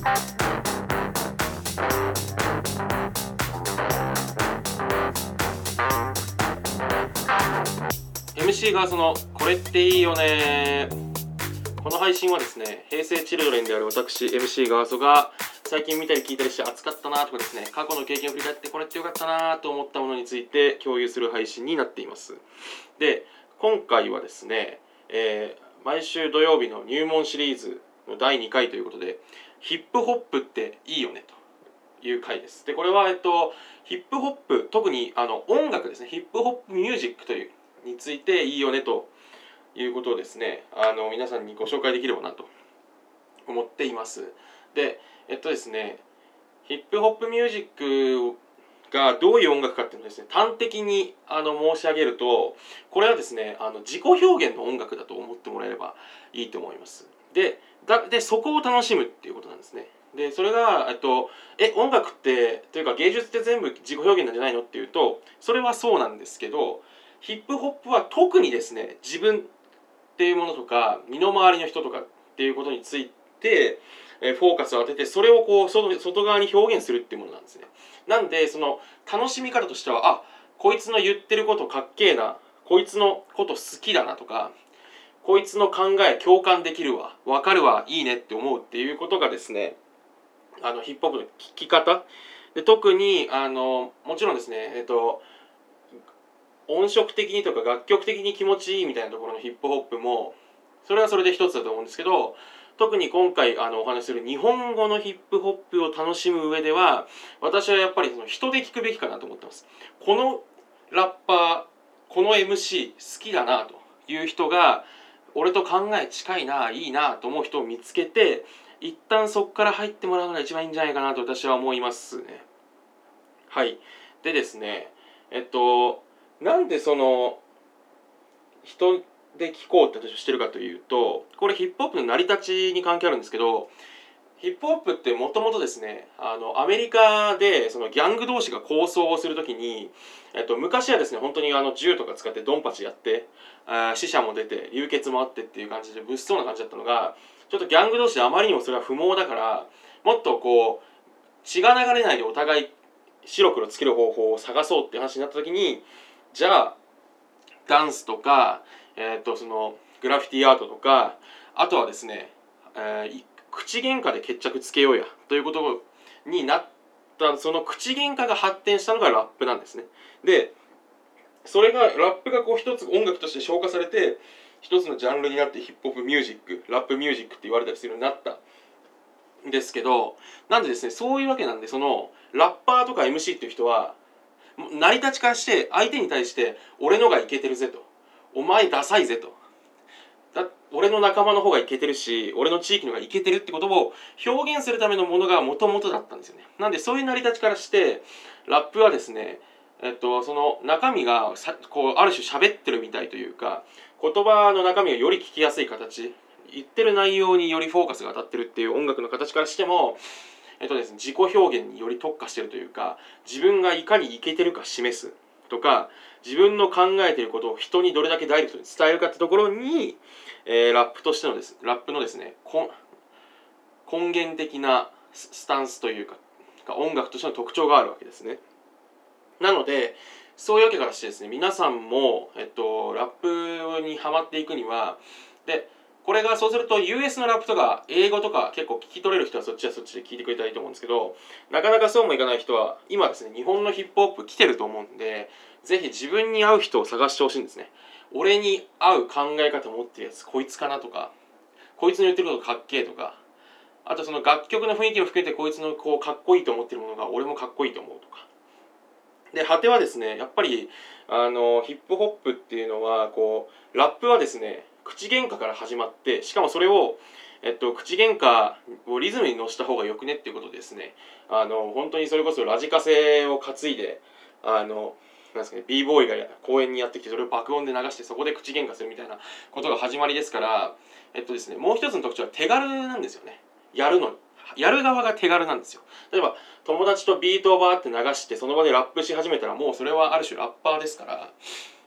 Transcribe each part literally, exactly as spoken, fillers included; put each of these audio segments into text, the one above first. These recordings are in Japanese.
エムシー がそのこれっていいよね。この配信はですね、平成チルドレンである私 エムシー ガーソが最近見たり聞いたりして熱かったなとかですね、過去の経験を振り返ってこれってよかったなと思ったものについて共有する配信になっています。で、今回はですね、えー、毎週土曜日の入門シリーズのだいにかいということで、ヒップホップっていいよねという回です。で、これはえっとヒップホップ、特にあの音楽ですね、ヒップホップミュージックというについていいよねということをですね、あの皆さんにご紹介できればなと思っています。で、えっとですね、ヒップホップミュージックがどういう音楽かっていうのをですね、端的にあの申し上げると、これはですね、あの自己表現の音楽だと思ってもらえればいいと思います。で、だでそこを楽しむっていうことなんですね。で、それが、えっと、え、音楽って、というか芸術って全部自己表現なんじゃないのっていうと、それはそうなんですけど、ヒップホップは特にですね、自分っていうものとか、身の回りの人とかっていうことについて、えフォーカスを当てて、それをこう外外側に表現するっていうものなんですね。なんで、その楽しみ方としては、あ、こいつの言ってることかっけえな、こいつのこと好きだなとか、こいつの考え共感できるわ、わかるわ、いいねって思うっていうことがですね、あのヒップホップの聴き方で、特にあのもちろんですね、えっと音色的にとか楽曲的に気持ちいいみたいなところのヒップホップもそれはそれで一つだと思うんですけど、特に今回あのお話しする日本語のヒップホップを楽しむ上では、私はやっぱりその人で聞くべきかなと思ってます。このラッパー、この エムシー 好きだなという人が、俺と考え近いな、いいなと思う人を見つけて、一旦そこから入ってもらうのが一番いいんじゃないかなと私は思いますね。はい。でですね、えっとなんでその人で聞こうって私をしてるかというと、これヒップホップの成り立ちに関係あるんですけど、ヒップホップってもともとですね、あのアメリカでそのギャング同士が抗争をするときに、えっと、昔はですね、本当にあの銃とか使ってドンパチやって、あ死者も出て流血もあってっていう感じで物騒な感じだったのが、ちょっとギャング同士であまりにもそれは不毛だから、もっとこう血が流れないでお互い白黒つける方法を探そうっていう話になったときに、じゃあダンスとか、えー、とそのグラフィティアートとか、あとはですね、えー、口喧嘩で決着つけようやということになった、その口喧嘩が発展したのがラップなんですね。で、それがラップがこう一つ音楽として消化されて、一つのジャンルになってヒップホップミュージック、ラップミュージックって言われたりするようになったんですけど、なんでですね、そういうわけなんで、そのラッパーとか エムシー っていう人は成り立ちからして相手に対して俺のがイケてるぜと、お前ダサいぜと、だ俺の仲間の方がイケてるし俺の地域の方がイケてるってことを表現するためのものがもともとだったんですよね。なんでそういう成り立ちからしてラップはですね、えっと、その中身がさこうある種喋ってるみたいというか、言葉の中身がより聞きやすい形、言ってる内容によりフォーカスが当たってるっていう音楽の形からしても、えっとですね、自己表現により特化しているというか、自分がいかにイケてるか示すとか、自分の考えていることを人にどれだけダイレクトに伝えるかってところに、えー、ラップとしてのですラップのですね、根源的なスタンスというか音楽としての特徴があるわけですね。なのでそういうわけからしてですね、皆さんも、えっと、ラップにハマっていくには、でこれがそうすると ユーエス のラップとか英語とか結構聞き取れる人はそっちはそっちで聞いてくれたらいいと思うんですけど、なかなかそうもいかない人は今ですね、日本のヒップホップ来てると思うんで、ぜひ自分に合う人を探してほしいんですね。俺に合う考え方を持ってるやつこいつかなとか、こいつの言ってることかっけえとか、あとその楽曲の雰囲気を含めてこいつのこうかっこいいと思ってるものが俺もかっこいいと思うとか。で果てはですね、やっぱりあのヒップホップっていうのはこうラップはですね、口喧嘩から始まって、しかもそれを、えっと、口喧嘩をリズムに乗せた方がよくねっていうことでですね、あの本当にそれこそラジカセを担いで、あのなんですかね、b ボーイが公園にやってきてそれを爆音で流してそこで口喧嘩するみたいなことが始まりですから、えっとですね、もう一つの特徴は手軽なんですよね。やるのにやる側が手軽なんですよ。例えば友達とビートをバーって流してその場でラップし始めたら、もうそれはある種ラッパーですから、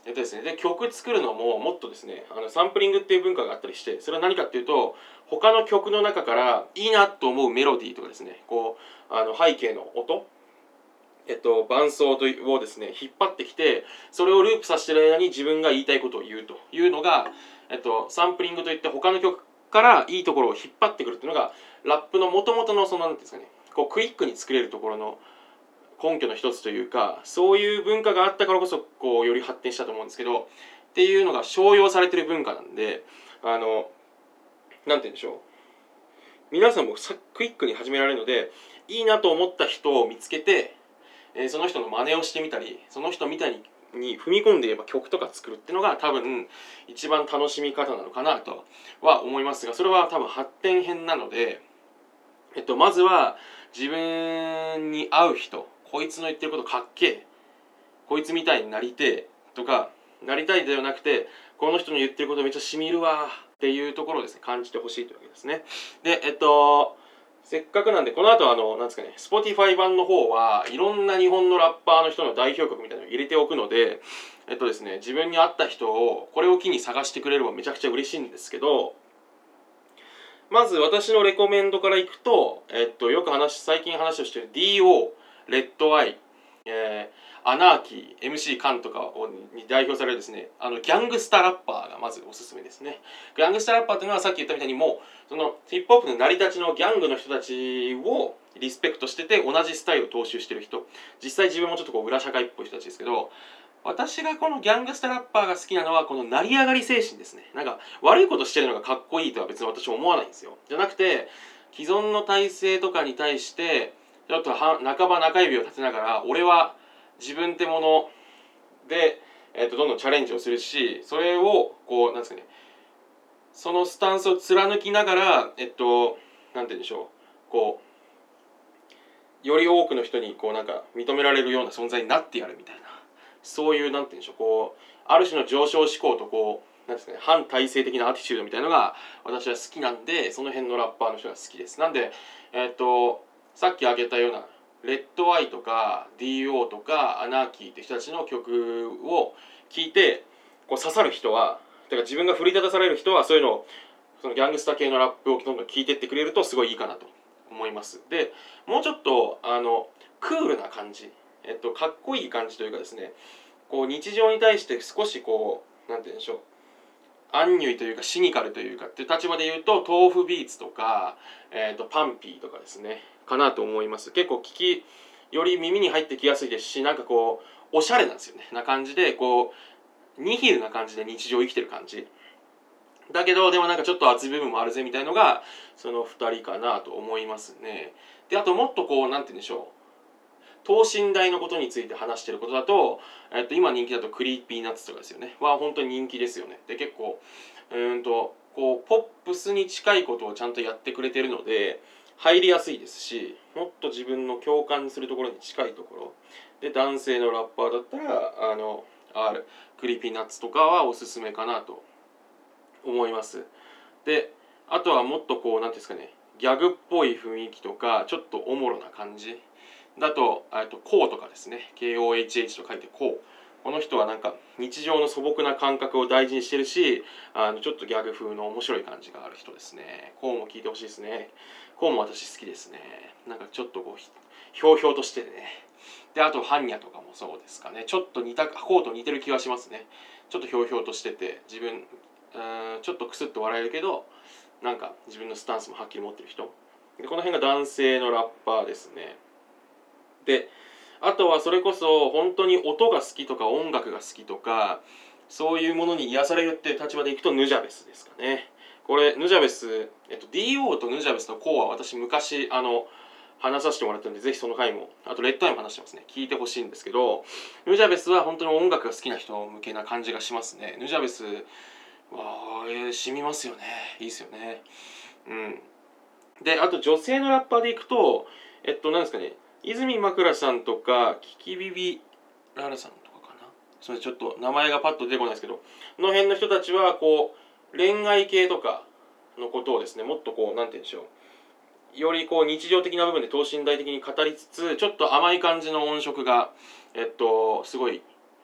えっとですね、で曲作るのももっとですね、あのサンプリングっていう文化があったりして、それは何かっていうと、他の曲の中からいいなと思うメロディーとかですね、こうあの背景の音、えっと、伴奏とをですね引っ張ってきて、それをループさせてる間に自分が言いたいことを言うというのが、えっと、サンプリングといって他の曲からいいところを引っ張ってくるっていうのがラップの元々のその何ていうんですかね、こうクイックに作れるところの根拠の一つというか、そういう文化があったからこそこうより発展したと思うんですけど、っていうのが商用されてる文化なんで、あのなんて言うんでしょう、皆さんもクイックに始められるので、いいなと思った人を見つけて、えー、その人の真似をしてみたり、その人みたいに踏み込んでいれば曲とか作るっていうのが多分一番楽しみ方なのかなとは思いますが、それは多分発展編なので、えっと、まずは自分に合う人、こいつの言ってることかっけえ、こいつみたいになりてえとか、なりたいではなくて、この人の言ってることめっちゃしみるわっていうところをですね、感じてほしいというわけですね。で、えっとせっかくなんで、この後あの、なんですかね、Spotify 版の方はいろんな日本のラッパーの人の代表曲みたいなのを入れておくので、えっとですね、自分に合った人をこれを機に探してくれればめちゃくちゃ嬉しいんですけど、まず私のレコメンドからいくと、えっと、よく話最近話をしている ディーオー、レッドアイ、えー、アナーキー、エムシー カンとかをに代表されるですね、あのギャングスタラッパーがまずおすすめですね。ギャングスタラッパーというのはさっき言ったみたいに、もうそのヒップホップの成り立ちのギャングの人たちをリスペクトしてて、同じスタイルを踏襲してる人、実際自分もちょっとこう裏社会っぽい人たちですけど、私がこのギャングスタラッパーが好きなのはこの成り上がり精神ですね。なんか悪いことしてるのがかっこいいとは別に私は思わないんですよ。じゃなくて、既存の体制とかに対してちょっと半ば中指を立てながら、俺は自分ってもので、えー、とどんどんチャレンジをするし、それをこうなんですかね、そのスタンスを貫きながら、えっとなんて言うんでしょう、こうより多くの人にこうなんか認められるような存在になってやるみたいな、そういうなんて言うんでしょう、こうある種の上昇志向とこうなんですかね、反体制的なアティチュードみたいなのが私は好きなんで、その辺のラッパーの人が好きです。なんで、えっとさっき挙げたようなレッドアイとか ディーオー とかアナーキーって人たちの曲を聴いてこう刺さる人は、だから自分が奮い立たされる人はそういうのを、そのギャングスター系のラップをどんどん聴いてってくれるとすごいいいかなと思います。で、もうちょっとあのクールな感じ、えっと、かっこいい感じというかですね、こう日常に対して少しこうなんて言うんでしょう、アンニュイというかシニカルというかっていう立場で言うと、豆腐ビーツとか、えー、とパンピーとかですねかなと思います。結構聞きより耳に入ってきやすいですし、なんかこうおしゃれなんですよね、な感じで、こうニヒルな感じで日常を生きてる感じだけど、でもなんかちょっと熱い部分もあるぜみたいのがそのふたりかなと思いますね。で、あともっとこうなんて言うんでしょう、等身大のことについて話してることだと、えっと、今人気だとクリーピーナッツとかですよねは本当に人気ですよね。で、結構うーんとこうポップスに近いことをちゃんとやってくれてるので入りやすいですし、もっと自分の共感するところに近いところで、男性のラッパーだったらあの R クリーピーナッツとかはおすすめかなと思います。で、あとはもっとこうなんていうんですかね、ギャグっぽい雰囲気とかちょっとおもろな感じだと、えっと、コウとかですね、ケーオーエイチエイチ と書いてコウ。この人はなんか日常の素朴な感覚を大事にしてるし、あのちょっとギャグ風の面白い感じがある人ですね。コウも聞いてほしいですね。コウも私好きですね。なんかちょっとこうひょうひょうとしててね。で、あとハンニャとかもそうですかね。ちょっと似たコウと似てる気がしますね。ちょっとひょうひょうとしてて、自分うんちょっとクスッと笑えるけど、なんか自分のスタンスもはっきり持ってる人で、この辺が男性のラッパーですね。で、あとはそれこそ本当に音が好きとか音楽が好きとか、そういうものに癒されるっていう立場でいくとヌジャベスですかね。これヌジャベス、えっと、ディーオー とヌジャベスのコーは私昔あの話させてもらったんで、ぜひその回も、あとレッドアイも話してますね、聞いてほしいんですけど、ヌジャベスは本当に音楽が好きな人向けな感じがしますね。ヌジャベスは、えー、染みますよね。いいですよね。うん。で、あと女性のラッパーでいくと、えっと、なんですかね、泉まくらさんとか、キキビビララさんとかかな。それちょっと名前がパッと出てこないですけど、の辺の人たちは、こう、恋愛系とかのことをですね、もっとこう、なんて言うんでしょう。よりこう、日常的な部分で等身大的に語りつつ、ちょっと甘い感じの音色が、えっと、すごい、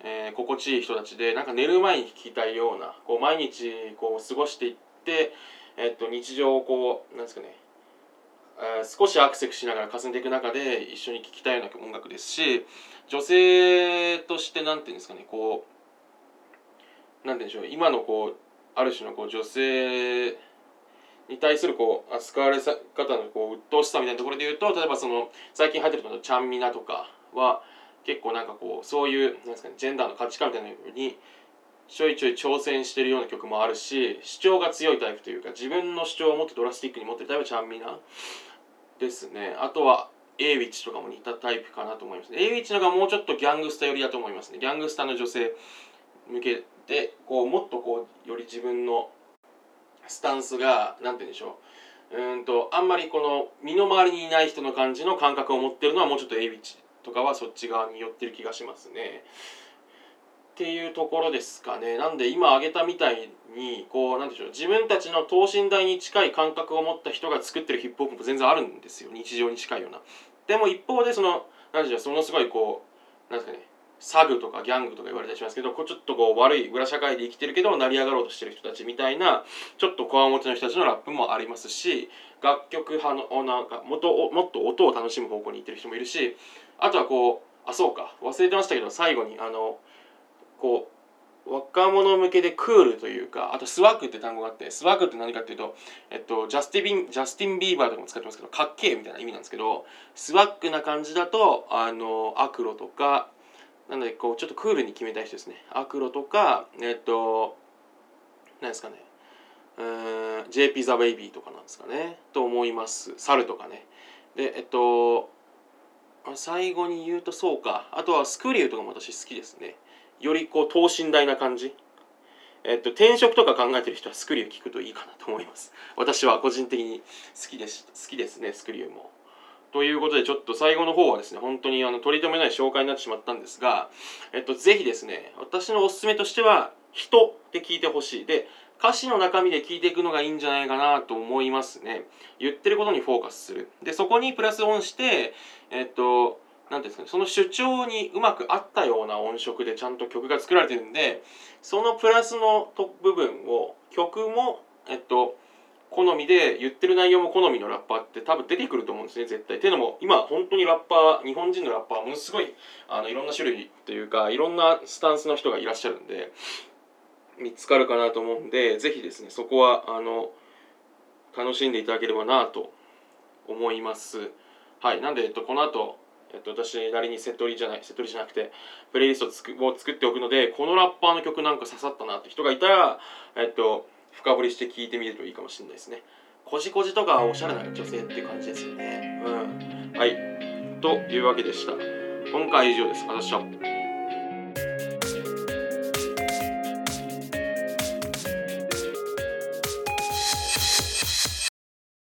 えー、心地いい人たちで、なんか寝る前に聴きたいような、こう毎日こう過ごしていって、えっと、日常をこうなんですかね、えー、少しアクセクしながら霞んでいく中で一緒に聴きたいような音楽ですし、女性としてなんていうんですかね、こうなんていうんでしょう、今のこうある種のこう女性に対するこう扱われ方のこう鬱陶しさみたいなところで言うと、例えばその最近入ってるのちゃんみなとかは結構なんかこうそういうなんですかね、ジェンダーの価値観みたいなのにちょいちょい挑戦してるような曲もあるし、主張が強いタイプというか自分の主張をもっとドラスティックに持ってるタイプはちゃんみなですね。あとは A ウィッチとかも似たタイプかなと思いますね。A ウィッチの方がもうちょっとギャングスタ寄りだと思いますね。ギャングスタの女性向けでこうもっとこうより自分のスタンスがなんて言うんでしょう、うーんとあんまりこの身の回りにいない人の感じの感覚を持ってるのはもうちょっと A ウィッチとかはそっち側に寄ってる気がしますね。っていうところですかね。なんで今挙げたみたいにこうなんでしょう、自分たちの等身大に近い感覚を持った人が作ってるヒップホップも全然あるんですよ。日常に近いような。でも一方でそのなんでしょう、そのすごいこうなんですかね、サグとかギャングとか言われたりしますけど、こうちょっとこう悪い裏社会で生きてるけど成り上がろうとしてる人たちみたいなちょっとこわもての人たちのラップもありますし、楽曲派のなんかもっともっと音を楽しむ方向に行ってる人もいるし、あとはこうあそうか忘れてましたけど、最後にあのこう若者向けでクールというか、あとスワッグって単語があって、スワッグって何かっていうと、えっと、ジャスティビンジャスティン・ビーバーとかも使ってますけど、かっけーみたいな意味なんですけど、スワッグな感じだとあのアクロとか、なんでこうちょっとクールに決めたい人ですね。アクロとか、えっと何ですかね、うーん ジェーピー ザ・ベイビーとかなんですかねと思います。サルとかね。でえっと最後に言うとそうか、あとはスクリューとかも私好きですね。よりこう等身大な感じ。えっと転職とか考えてる人はスクリュー聞くといいかなと思います。私は個人的に好きです好きですね、スクリューも。ということでちょっと最後の方はですね、本当にあの取り留めない紹介になってしまったんですが、えっとぜひですね、私のおすすめとしては人で聞いてほしい。で歌詞の中身で聞いていくのがいいんじゃないかなと思いますね。言ってることにフォーカスする。でそこにプラスオンして、えっとなんていうんですかね、その主張にうまく合ったような音色でちゃんと曲が作られてるんで、そのプラスの部分を曲もえっと好みで言ってる内容も好みのラッパーって多分出てくると思うんですね、絶対。っていうのも今本当にラッパー、日本人のラッパーものすごいあのいろんな種類というかいろんなスタンスの人がいらっしゃるんで見つかるかなと思うんで、ぜひですねそこはあの楽しんでいただければなと思います。はい、なんで、えっと、この後、えっと、私なりにセットリじゃないセットリじゃなくてプレイリストを作を作っておくので、このラッパーの曲なんか刺さったなって人がいたら、えっと深掘りして聞いてみるといいかもしれないですね。こじこじとかおしゃれな女性っていう感じですよね。うん。はい。というわけでした。今回は以上です。私は。